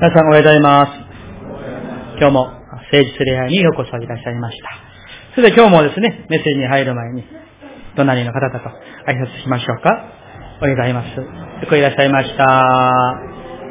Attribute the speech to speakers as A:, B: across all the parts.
A: 皆さんおはようございます。今日も誠実礼拝にようこそいらっしゃいました。それで今日もですね、メッセージに入る前に、隣の方々と挨拶しましょうか。おはようございます。よくいらっしゃいました。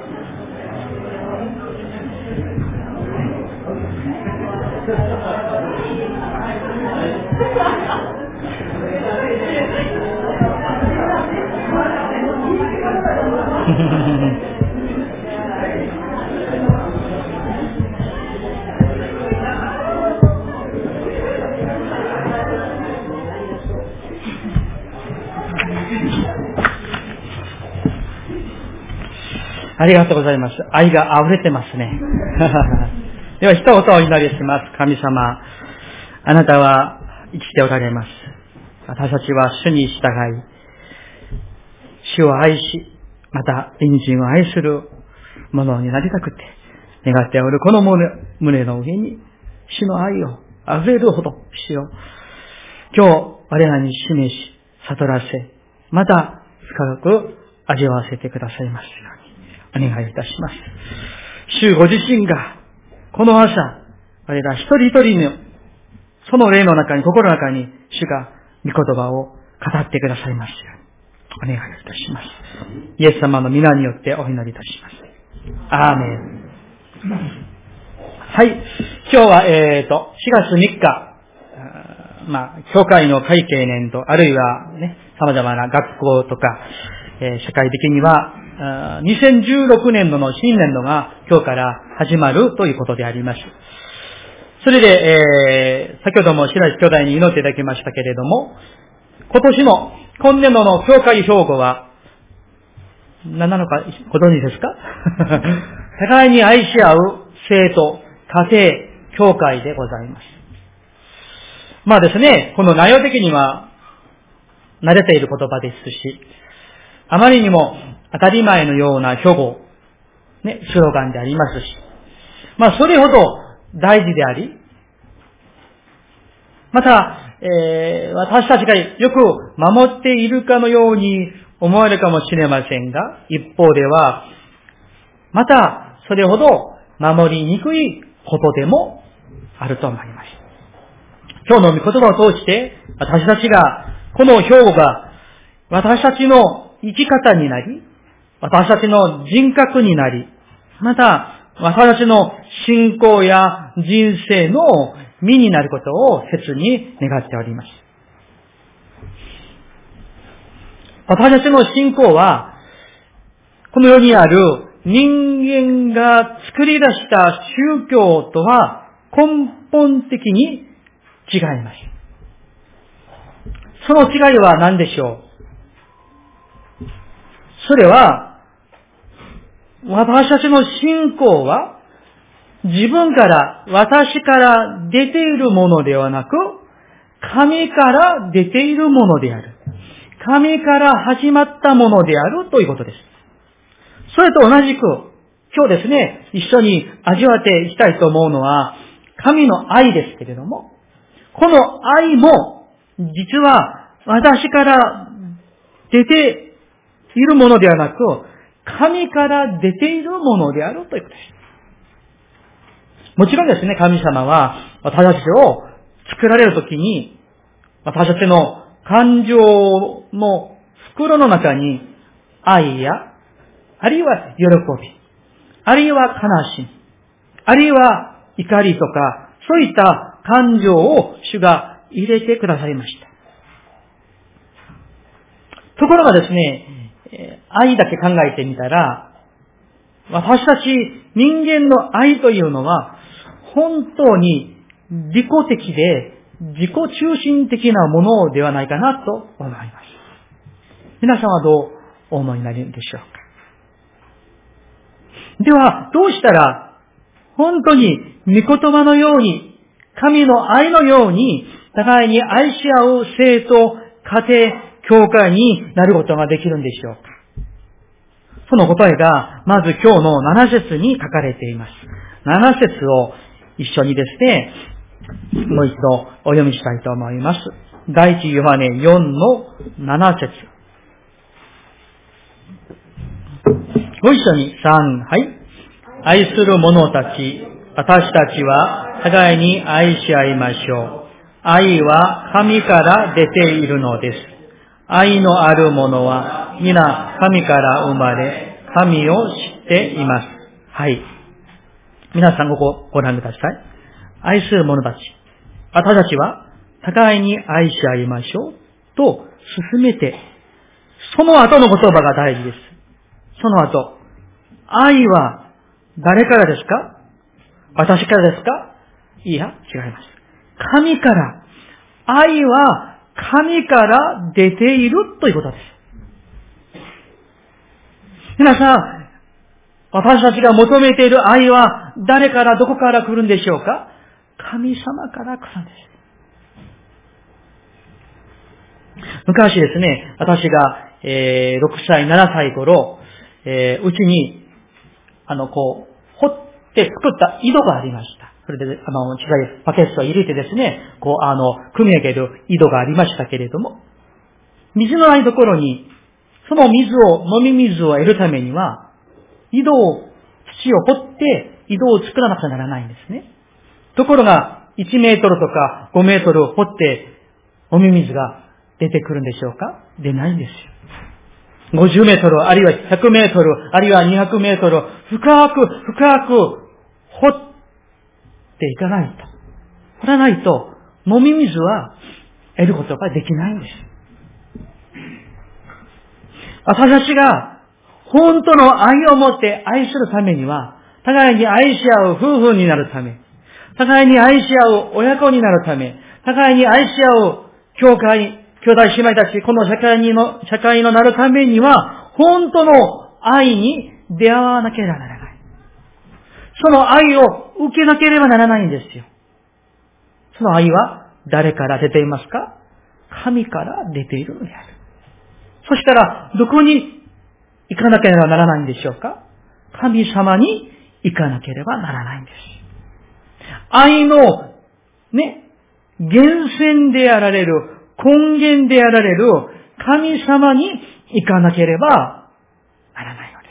A: ありがとうございます。愛が溢れてますね。では一言お祈りします。神様、あなたは生きておられます。私たちは主に従い、主を愛し、また隣人を愛するものになりたくて願っておるこの胸の上に主の愛を溢れるほど主よ、今日我らに示し悟らせ、また深く味わわせてくださいますようにお願いいたします。主ご自身がこの朝我ら一人一人のその霊の中に、心の中に主が御言葉を語ってくださいますようにお願いいたします。イエス様の皆によってお祈りいたします。アーメン。はい。今日は4月3日、教会の会計年度、あるいはね、様々な学校とか、社会的には2016年度の新年度が今日から始まるということであります。それで、先ほども白石兄弟に祈っていただきましたけれども、今年度の教会標語は何なのかご存知ですか？互いに愛し合う生徒、家庭、教会でございます。ですね、この内容的には慣れている言葉ですし、あまりにも当たり前のような標語、ね、スローガンでありますし、それほど大事であり、また、私たちがよく守っているかのように思われるかもしれませんが、一方では、またそれほど守りにくいことでもあると思います。今日の御言葉を通して、私たちが、この標語が私たちの生き方になり、私たちの人格になり、また私たちの信仰や人生の身になることを切に願っております。私たちの信仰は、この世にある人間が作り出した宗教とは根本的に違います。その違いは何でしょう？それは、私たちの信仰は、私から出ているものではなく、神から出ているものである。神から始まったものであるということです。それと同じく、今日ですね、一緒に味わっていきたいと思うのは、神の愛ですけれども、この愛も、実は私から出ているものではなく、神から出ているものであるということです。もちろんですね、神様は私たちを作られるときに、私たちの感情の袋の中に愛や、あるいは喜び、あるいは悲しみ、あるいは怒りとか、そういった感情を主が入れてくださいました。ところがですね、愛だけ考えてみたら、私たち人間の愛というのは、本当に自己的で自己中心的なものではないかなと思います。皆さんはどうお思いになるでしょうか？では、どうしたら本当に御言葉のように、神の愛のように互いに愛し合う生徒、家庭、教会になることができるんでしょうか？その答えが、まず今日の7節に書かれています。7節を一緒にですね、もう一度お読みしたいと思います。第一ヨハネ4の7節。ご一緒に3、はい。 愛する者たち、私たちは互いに愛し合いましょう。愛は神から出ているのです。愛のある者は皆神から生まれ、神を知っています。はい。皆さんここご覧ください。愛する者たち、私たちは互いに愛し合いましょうと進めて、その後の言葉が大事です。その後、愛は誰からですか？私からですか？いや、違います。神から。愛は神から出ているということです。皆さん、私たちが求めている愛は誰からどこから来るんでしょうか？神様から来るんです。昔ですね、私が、6歳、7歳頃、うちに、掘って作った井戸がありました。それで、小さいバケツを入れてですね、汲み上げる井戸がありましたけれども、水のないところに、その飲み水を得るためには、土を掘って、井戸を作らなくちゃならないんですね。ところが、1メートルとか5メートルを掘って、飲み水が出てくるんでしょうか？出ないんですよ。50メートル、あるいは100メートル、あるいは200メートル、深く掘っていかないと。掘らないと、飲み水は得ることができないんです。私たちが本当の愛を持って愛するためには、互いに愛し合う夫婦になるため、互いに愛し合う親子になるため、互いに愛し合う兄弟姉妹たち、この社会のなるためには、本当の愛に出会わなければならない。その愛を受けなければならないんですよ。その愛は誰から出ていますか？神から出ているのである。そしたら、どこに行かなければならないんでしょうか？神様に行かなければならないんです。愛の、源泉であられる、根源であられる神様に行かなければならないのです。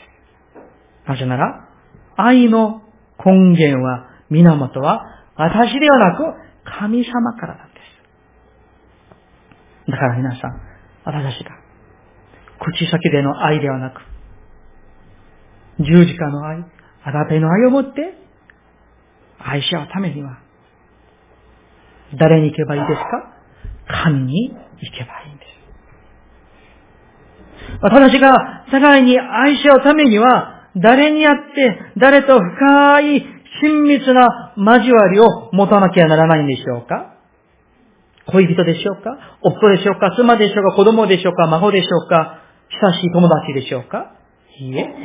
A: なぜなら、愛の根源は、源は、私ではなく、神様からなんです。だから皆さん、私たちが、口先での愛ではなく、十字架の愛、あなたの愛をもって、愛し合うためには、誰に行けばいいですか？神に行けばいいんです。私たちが互いに愛し合うためには、誰にあって、誰と深い親密な交わりを持たなきゃならないんでしょうか？恋人でしょうか？夫でしょうか？妻でしょうか？子供でしょうか？孫でしょうか？親しい友達でしょうか？いいえ、違います。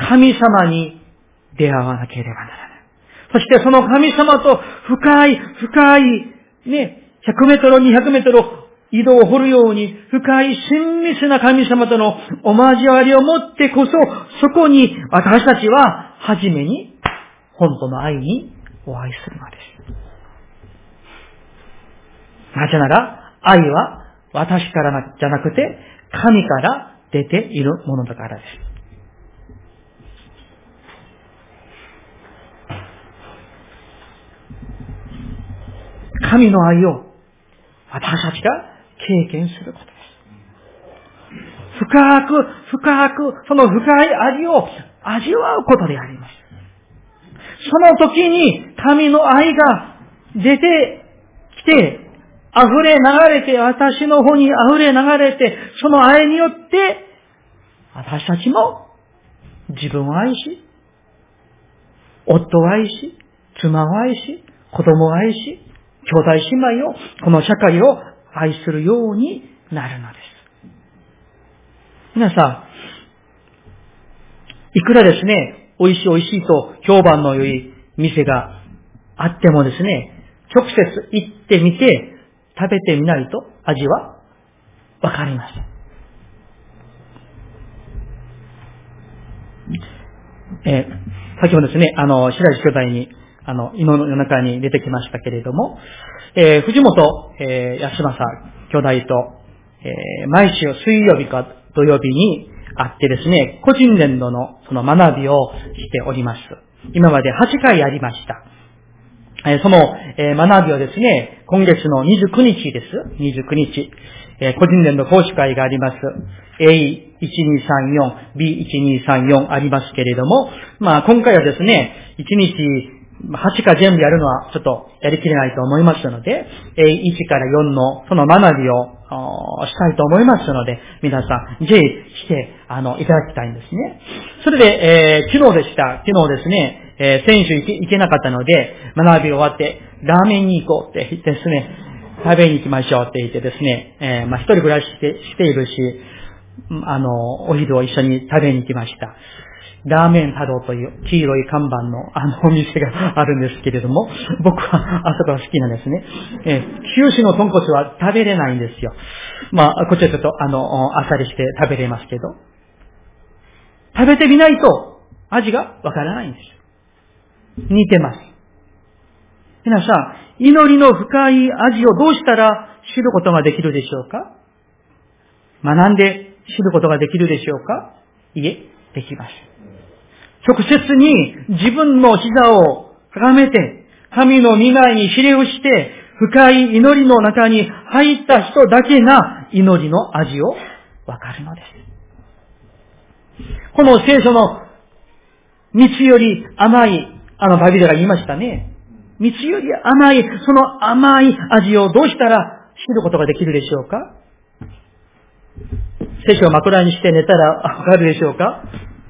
A: 神様に出会わなければならない。そしてその神様と深い、100メートル、200メートル井戸を掘るように、深い親密な神様とのお交わりを持ってこそ、そこに私たちは初めに本当の愛にお会いするのです。なぜなら、愛は私からじゃなくて、神から出ているものだからです。神の愛を私たちが経験することです。深く、その深い味を味わうことであります。その時に神の愛が出てきて、溢れ流れて、私の方に溢れ流れて、その愛によって、私たちも自分を愛し、夫を愛し、妻を愛し、子供を愛し、兄弟姉妹を、この社会を愛するようになるのです。皆さん、いくらですね、美味しいと評判の良い店があってもですね、直接行ってみて、食べてみないと味はわかりません。先ほどですね、白石兄弟に、今の夜中に出てきましたけれども、藤本、安正兄弟と、毎週水曜日か土曜日に、 あってですね、個人伝道のその学びをしております。今まで8回やりました。その学びをですね、今月の29日です。29日。個人伝の講師会があります。A1234、B1234 ありますけれども、今回はですね、1日8か全部やるのはちょっとやりきれないと思いますので、1から4のその学びをしたいと思いますので、皆さん、ぜひ来ていただきたいんですね。それで、昨日ですね、先週行けなかったので、学び終わって、ラーメンに行こうって言ってですね、食べに行きましょうって言ってですね、一人暮らししているし、お昼を一緒に食べに行きました。ラーメン太郎という黄色い看板のお店があるんですけれども、僕はあそこが好きなんですね。九州の豚骨は食べれないんですよ。こっちはちょっとあっさりして食べれますけど、食べてみないと味がわからないんですよ。似てます。皆さん、祈りの深い味をどうしたら知ることができるでしょうか？学んで知ることができるでしょうか？いえ、できます。直接に自分の膝をかがめて、神の御前にひれ伏して、深い祈りの中に入った人だけが祈りの味をわかるのです。この聖書の蜜より甘い、バビデが言いましたね。蜜より甘い、その甘い味をどうしたら知ることができるでしょうか？聖書を枕にして寝たらわかるでしょうか？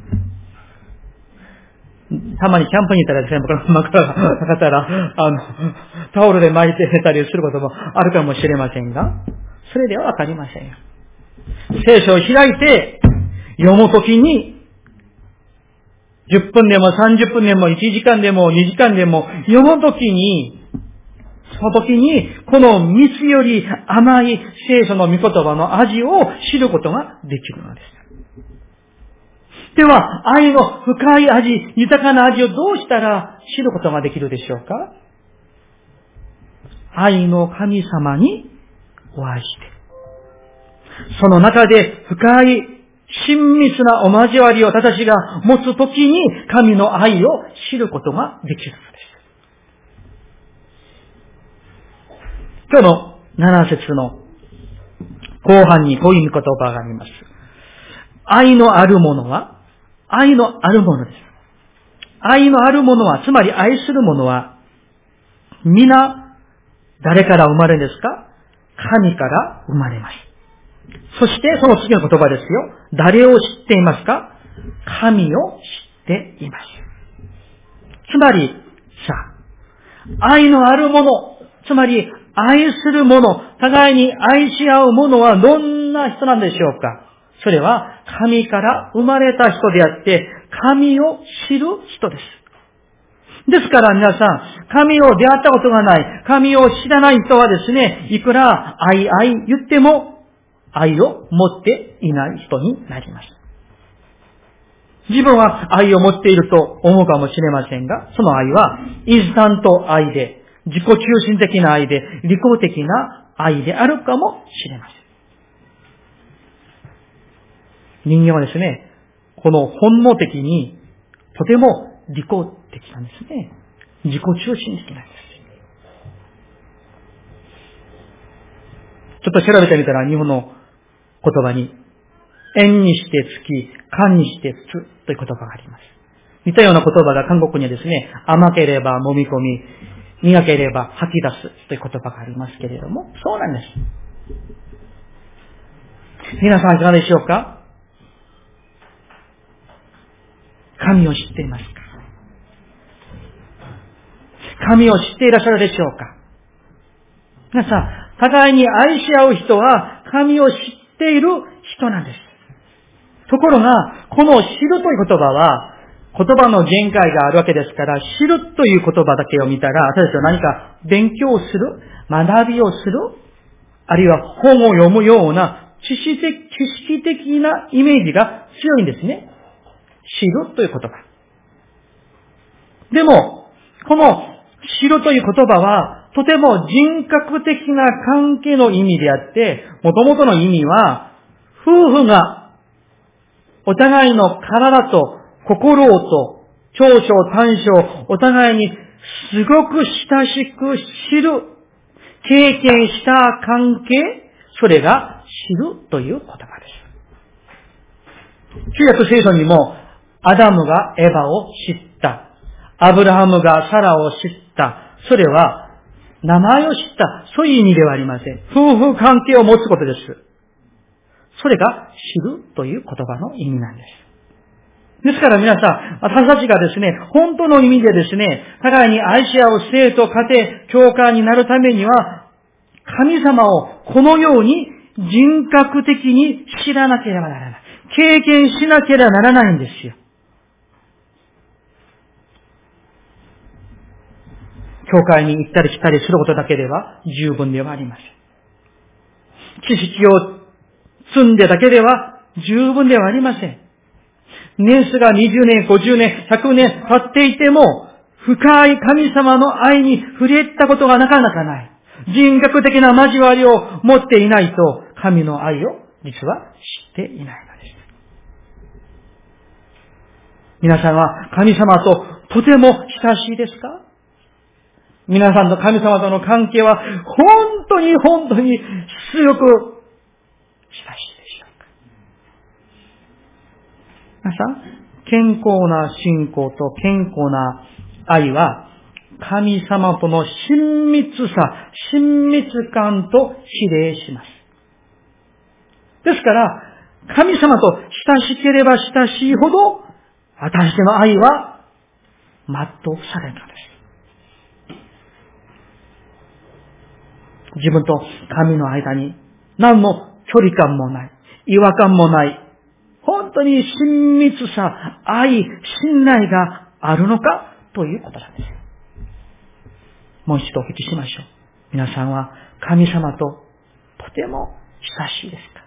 A: たまにキャンプに行ったらですね、枕がなかったら、タオルで巻いて寝たりすることもあるかもしれませんが、それではわかりませんよ。聖書を開いて読むときに、10分でも30分でも1時間でも2時間でも読むときに、その時にこの蜜より甘い聖書の御言葉の味を知ることができるのです。では、愛の深い味、豊かな味をどうしたら知ることができるでしょうか？愛の神様にお会いして、その中で深い親密なお交わりを私が持つときに神の愛を知ることができるのです。今日の7節の後半にこういう言葉があります。愛のあるものは、愛のあるものです。愛のあるものは、つまり愛するものは、皆、誰から生まれるんですか？神から生まれます。そして、その次の言葉ですよ。誰を知っていますか？神を知っています。つまり、愛のあるもの、つまり、愛するもの、互いに愛し合うものはどんな人なんでしょうか？それは神から生まれた人であって、神を知る人です。ですから皆さん、神を出会ったことがない、神を知らない人はですね、いくら愛言っても愛を持っていない人になります。自分は愛を持っていると思うかもしれませんが、その愛はインスタント愛で、自己中心的な愛で、利己的な愛であるかもしれません。人間はですね、この本能的にとても利己的なんですね。自己中心的なんです。ちょっと調べてみたら日本の言葉に、縁にしてつき、感にしてつという言葉があります。似たような言葉が韓国にはですね、甘ければ揉み込み、苦ければ吐き出すという言葉がありますけれども、そうなんです。皆さんいかがでしょうか？神を知っていますか？神を知っていらっしゃるでしょうか？皆さん、互いに愛し合う人は神を知っている人なんです。ところが、この知るという言葉は、言葉の限界があるわけですから、知るという言葉だけを見たら、私たちは何か勉強する、学びをする、あるいは本を読むような知識的なイメージが強いんですね。知るという言葉。でも、この知るという言葉は、とても人格的な関係の意味であって、もともとの意味は、夫婦がお互いの体と心と長所短所、お互いにすごく親しく知る、経験した関係、それが知るという言葉です。旧約聖書にも、アダムがエヴァを知った。アブラハムがサラを知った。それは、名前を知った。そういう意味ではありません。夫婦関係を持つことです。それが知るという言葉の意味なんです。ですから皆さん、私たちがですね、本当の意味でですね、互いに愛し合う生徒、家庭、教会になるためには、神様をこのように人格的に知らなければならない。経験しなければならないんですよ。教会に行ったり来たりすることだけでは十分ではありません。知識を積んでだけでは十分ではありません。年数が20年、50年、100年経っていても、深い神様の愛に触れたことがなかなかない。人格的な交わりを持っていないと、神の愛を実は知っていないのです。皆さんは神様ととても親しいですか？皆さんと神様との関係は本当に強く親しいでしょうか？皆さん、健康な信仰と健康な愛は神様との親密感と比例します。ですから、神様と親しければ親しいほど私たちの愛は全うされるのです。自分と神の間に何の距離感もない、違和感もない、本当に親密さ、愛、信頼があるのかということなんです。もう一度お聞きしましょう。皆さんは神様ととても親しいですか？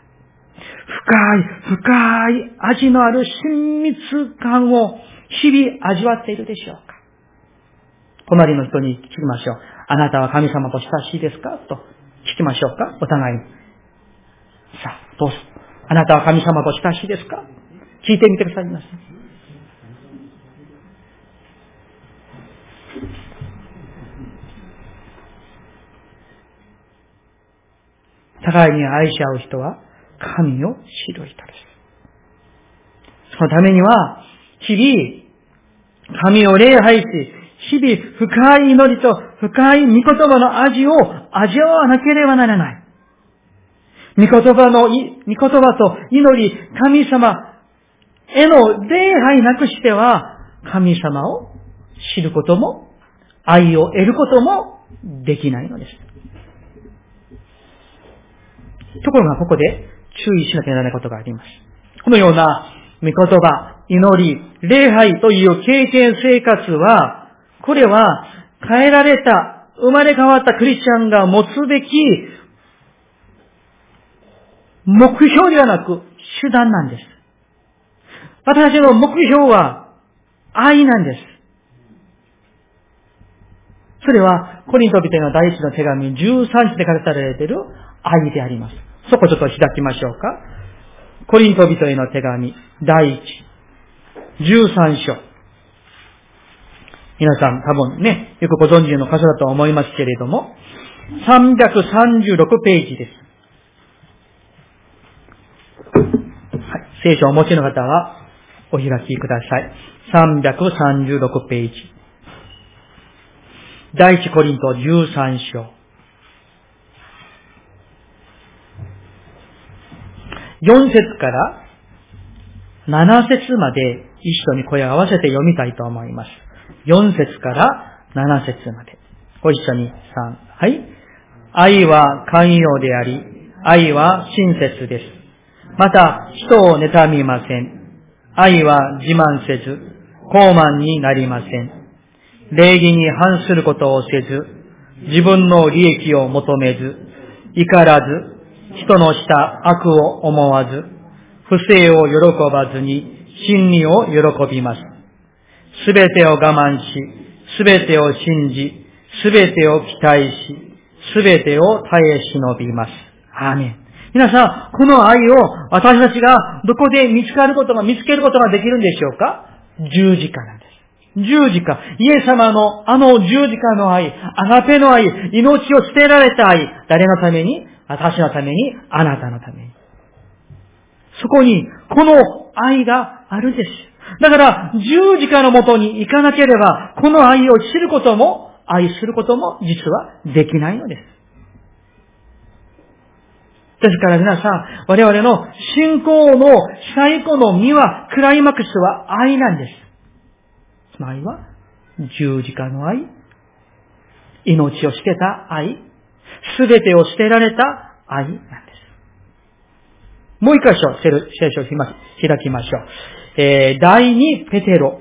A: 深い味のある親密感を日々味わっているでしょうか？隣の人に聞きましょう。あなたは神様と親しいですか？と聞きましょうか？お互いに。さあ、どうぞ。あなたは神様と親しいですか？聞いてみてくださいませ。互いに愛し合う人は神を知る人です。そのためには、日々、神を礼拝し、日々深い祈りと深い御言葉の味を味わわなければならない。御言葉と祈り、神様への礼拝なくしては、神様を知ることも、愛を得ることもできないのです。ところがここで注意しなきゃならないことがあります。このような御言葉、祈り、礼拝という経験生活は、これは変えられた、生まれ変わったクリスチャンが持つべき目標ではなく手段なんです。私の目標は愛なんです。それはコリント人への第一の手紙13節で書かれている愛であります。そこちょっと開きましょうか。コリント人への手紙第13章。皆さん多分ね、よくご存知の箇所だと思いますけれども、336ページです。はい、聖書をお持ちの方はお開きください。336ページ。第一コリント13章。4節から7節まで一緒に声を合わせて読みたいと思います。4節から7節まで。ご一緒に3。はい。愛は寛容であり、愛は親切です。また、人を妬みません。愛は自慢せず、傲慢になりません。礼儀に反することをせず、自分の利益を求めず、怒らず、人のした悪を思わず、不正を喜ばずに真理を喜びます。すべてを我慢し、すべてを信じ、すべてを期待し、すべてを耐え忍びます。アーメン。 皆さん、この愛を私たちがどこで見つけることができるんでしょうか？十字架なんです。十字架。イエス様のあの十字架の愛、アガペの愛、命を捨てられた愛。誰のために？私のために、あなたのために。そこに、この愛があるんです。だから、十字架のもとに行かなければ、この愛を知ることも、愛することも実はできないのです。ですから皆さん、我々の信仰の最高の実は、クライマックスは愛なんです。その愛は、十字架の愛、命を捨てた愛、すべてを捨てられた愛なんです。もう一箇所、聖書を開きましょう。第二ペテロ。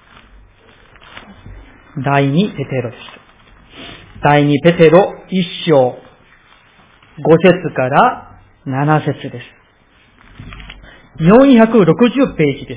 A: 第二ペテロです。第二ペテロ一章、5節から7節です。460ページです。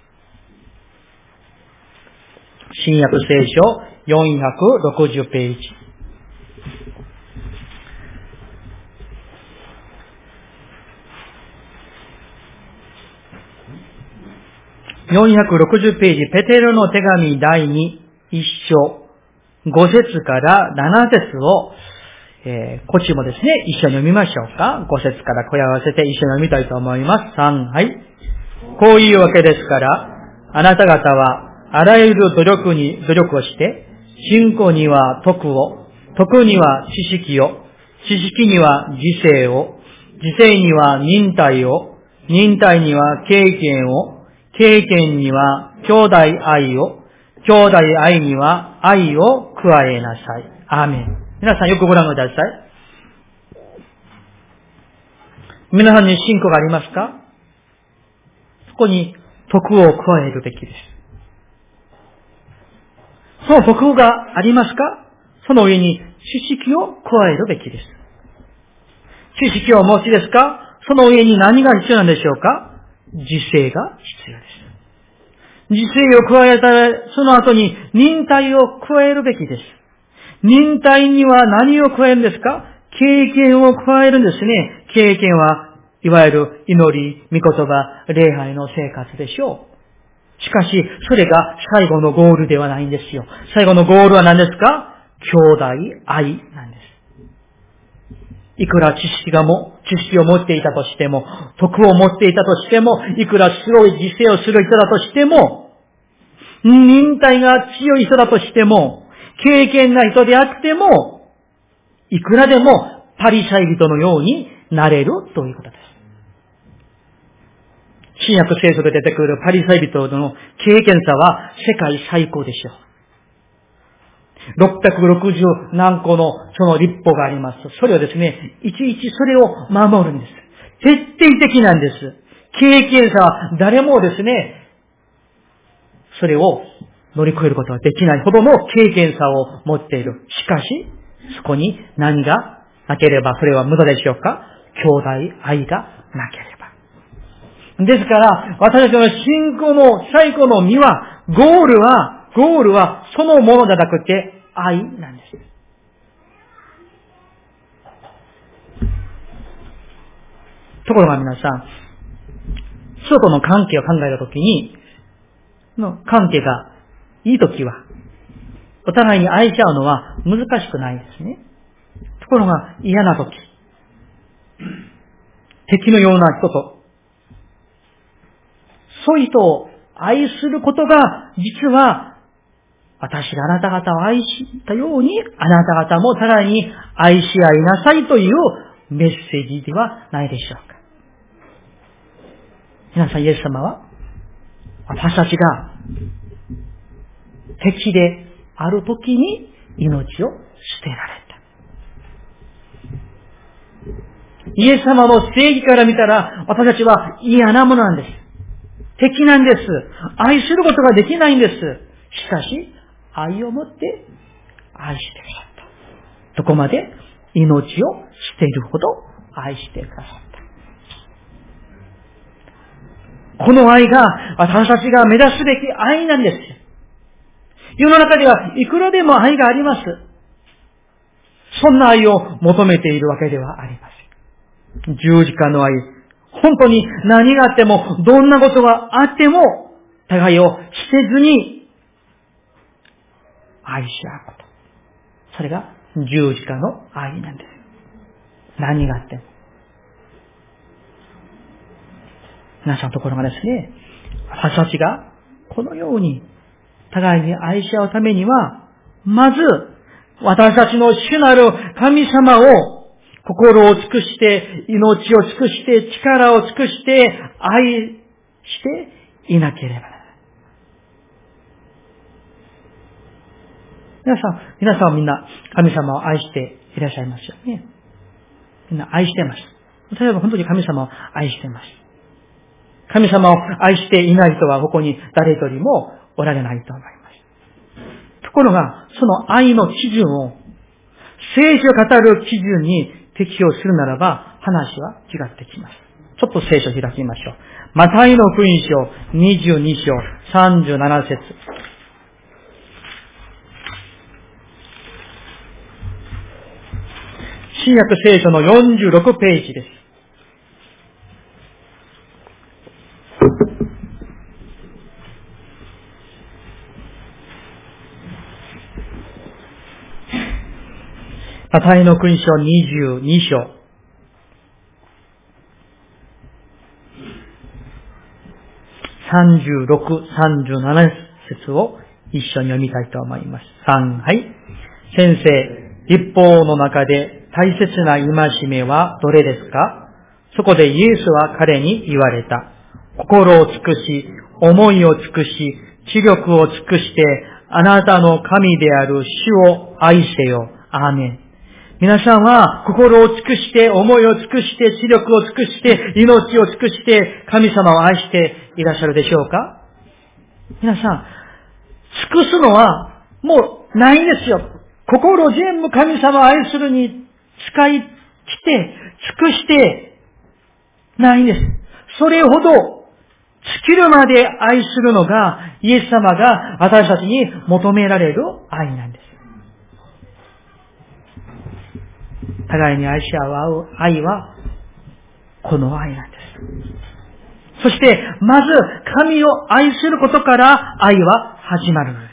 A: 新約聖書460ページ。460ページ、ペテロの手紙第2、1章、5節から7節を、こっちもですね、一緒に読みましょうか。5節から声合わせて一緒に読みたいと思います。3、はい。こういうわけですから、あなた方は、あらゆる努力をして、信仰には徳を、徳には知識を、知識には自制を、自制には忍耐を、忍耐には経験を、経験には兄弟愛を、兄弟愛には愛を加えなさい。アーメン。皆さんよくご覧ください。皆さんに信仰がありますか？そこに徳を加えるべきです。その徳がありますか？その上に知識を加えるべきです。知識をお持ちですか？その上に何が必要なんでしょうか？自制が必要です。自制を加えたら、その後に忍耐を加えるべきです。忍耐には何を加えるんですか？経験を加えるんですね。経験はいわゆる祈り、御言葉、礼拝の生活でしょう。しかし、それが最後のゴールではないんですよ。最後のゴールは何ですか？兄弟愛なんです。いくら知識を持っていたとしても、徳を持っていたとしても、いくらすごい自制をする人だとしても、忍耐が強い人だとしても、経験な人であっても、いくらでもパリサイ人のようになれるということです。新約聖書で出てくるパリサイ人の経験差は世界最高でしょう。660何個のその律法があります。それをですね、いちいちそれを守るんです。徹底的なんです。経験者は誰もですね、それを乗り越えることはできないほどの経験者を持っている。しかし、そこに何がなければそれは無駄でしょうか？兄弟愛がなければ。ですから、私たちの信仰の最高の実は、ゴールはそのものじゃなくて愛なんです。ところが皆さん、人との関係を考えたときに、関係がいいときは、お互いに愛し合うのは難しくないですね。ところが嫌なとき、敵のような人と、そういう人を愛することが、実は、私があなた方を愛したように、あなた方もさらに愛し合いなさいというメッセージではないでしょうか。皆さん、イエス様は、私たちが敵であるときに命を捨てられた。イエス様の正義から見たら、私たちは嫌なものなんです。敵なんです。愛することができないんです。しかし、愛を持って愛してくださった。どこまで命を捨てるほど愛してくださった。この愛が私たちが目指すべき愛なんです。世の中ではいくらでも愛があります。そんな愛を求めているわけではありません。 十字架の愛。本当に何があっても、どんなことがあっても、互いを捨てずに愛し合うこと。それが十字架の愛なんです。何があっても。皆さんのところがですね、私たちがこのように互いに愛し合うためには、まず私たちの主なる神様を心を尽くして、命を尽くして、力を尽くして愛していなければならない。皆さんはみんな神様を愛していらっしゃいますよね。みんな愛しています。例えば本当に神様を愛しています。神様を愛していない人はここに誰一人もおられないと思います。ところが、その愛の基準を、聖書を語る基準に適用するならば、話は違ってきます。ちょっと聖書を開きましょう。マタイの福音書22章37節。新約聖書の46ページです。マタイの福音書22章。36、37節を一緒に読みたいと思います。3、はい。先生、律法の中で大切な戒めはどれですか？そこでイエスは彼に言われた。心を尽くし、思いを尽くし、知力を尽くして、あなたの神である主を愛せよ。アーメン。皆さんは心を尽くして、思いを尽くして、知力を尽くして、命を尽くして、神様を愛していらっしゃるでしょうか？皆さん、尽くすのはもうないんですよ。心を全部神様を愛するに使い切って、尽くしてないんです。それほど尽きるまで愛するのが、イエス様が私たちに求められる愛なんです。互いに愛し合う愛は、この愛なんです。そして、まず、神を愛することから愛は始まるのです。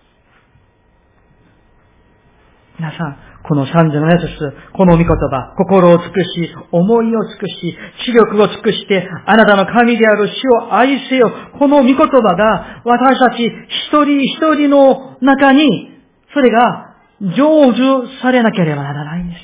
A: 皆さん、この37節、この御言葉、心を尽くし、思いを尽くし、知力を尽くして、あなたの神である主を愛せよ。この御言葉が、私たち一人一人の中に、それが成就されなければならないんです。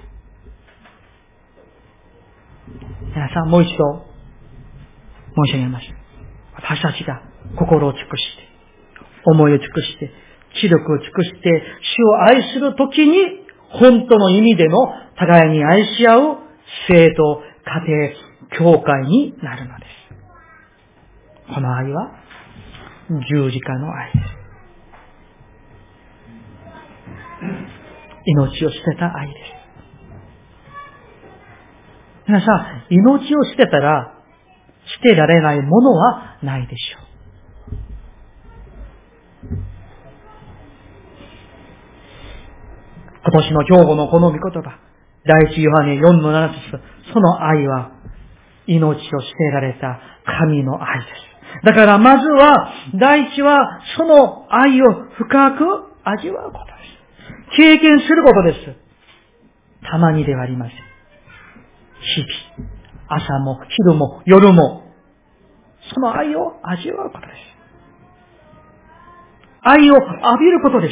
A: 皆さん、もう一度申し上げます。私たちが心を尽くして、思いを尽くして、知力を尽くして、主を愛するときに、本当の意味での互いに愛し合う生徒、家庭、教会になるのです。この愛は十字架の愛です。命を捨てた愛です。皆さん、命を捨てたら、捨てられないものはないでしょう。今年の兵庫のこの御言葉、第一ヨハネ4の7節、その愛は命を捨てられた神の愛です。だからまずは、第一はその愛を深く味わうことです。経験することです。たまにではありません。日々、朝も昼も夜も、その愛を味わうことです。愛を浴びることです。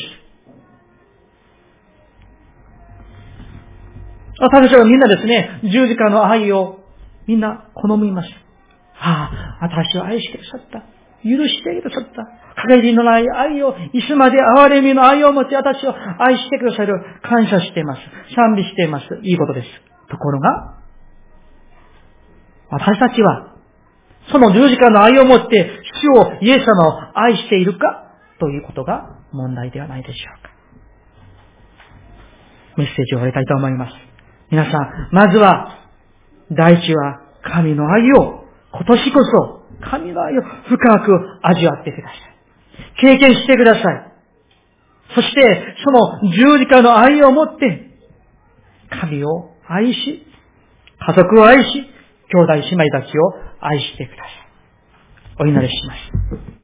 A: 私たちはみんなですね、十字架の愛をみんな好みます。私を愛してくださった。許してくださった。陰りのない愛を、いつまで憐れみの愛を持って私を愛してくださる。感謝しています。賛美しています。いいことです。ところが、私たちは、その十字架の愛を持って、主を、イエス様を愛しているかということが問題ではないでしょうか。メッセージを終えたいと思います。皆さん、まずは、第一は神の愛を、今年こそ神の愛を深く味わってください。経験してください。そして、その十字架の愛を持って、神を愛し、 家族を愛し、兄弟姉妹たちを愛してください。お祈りします。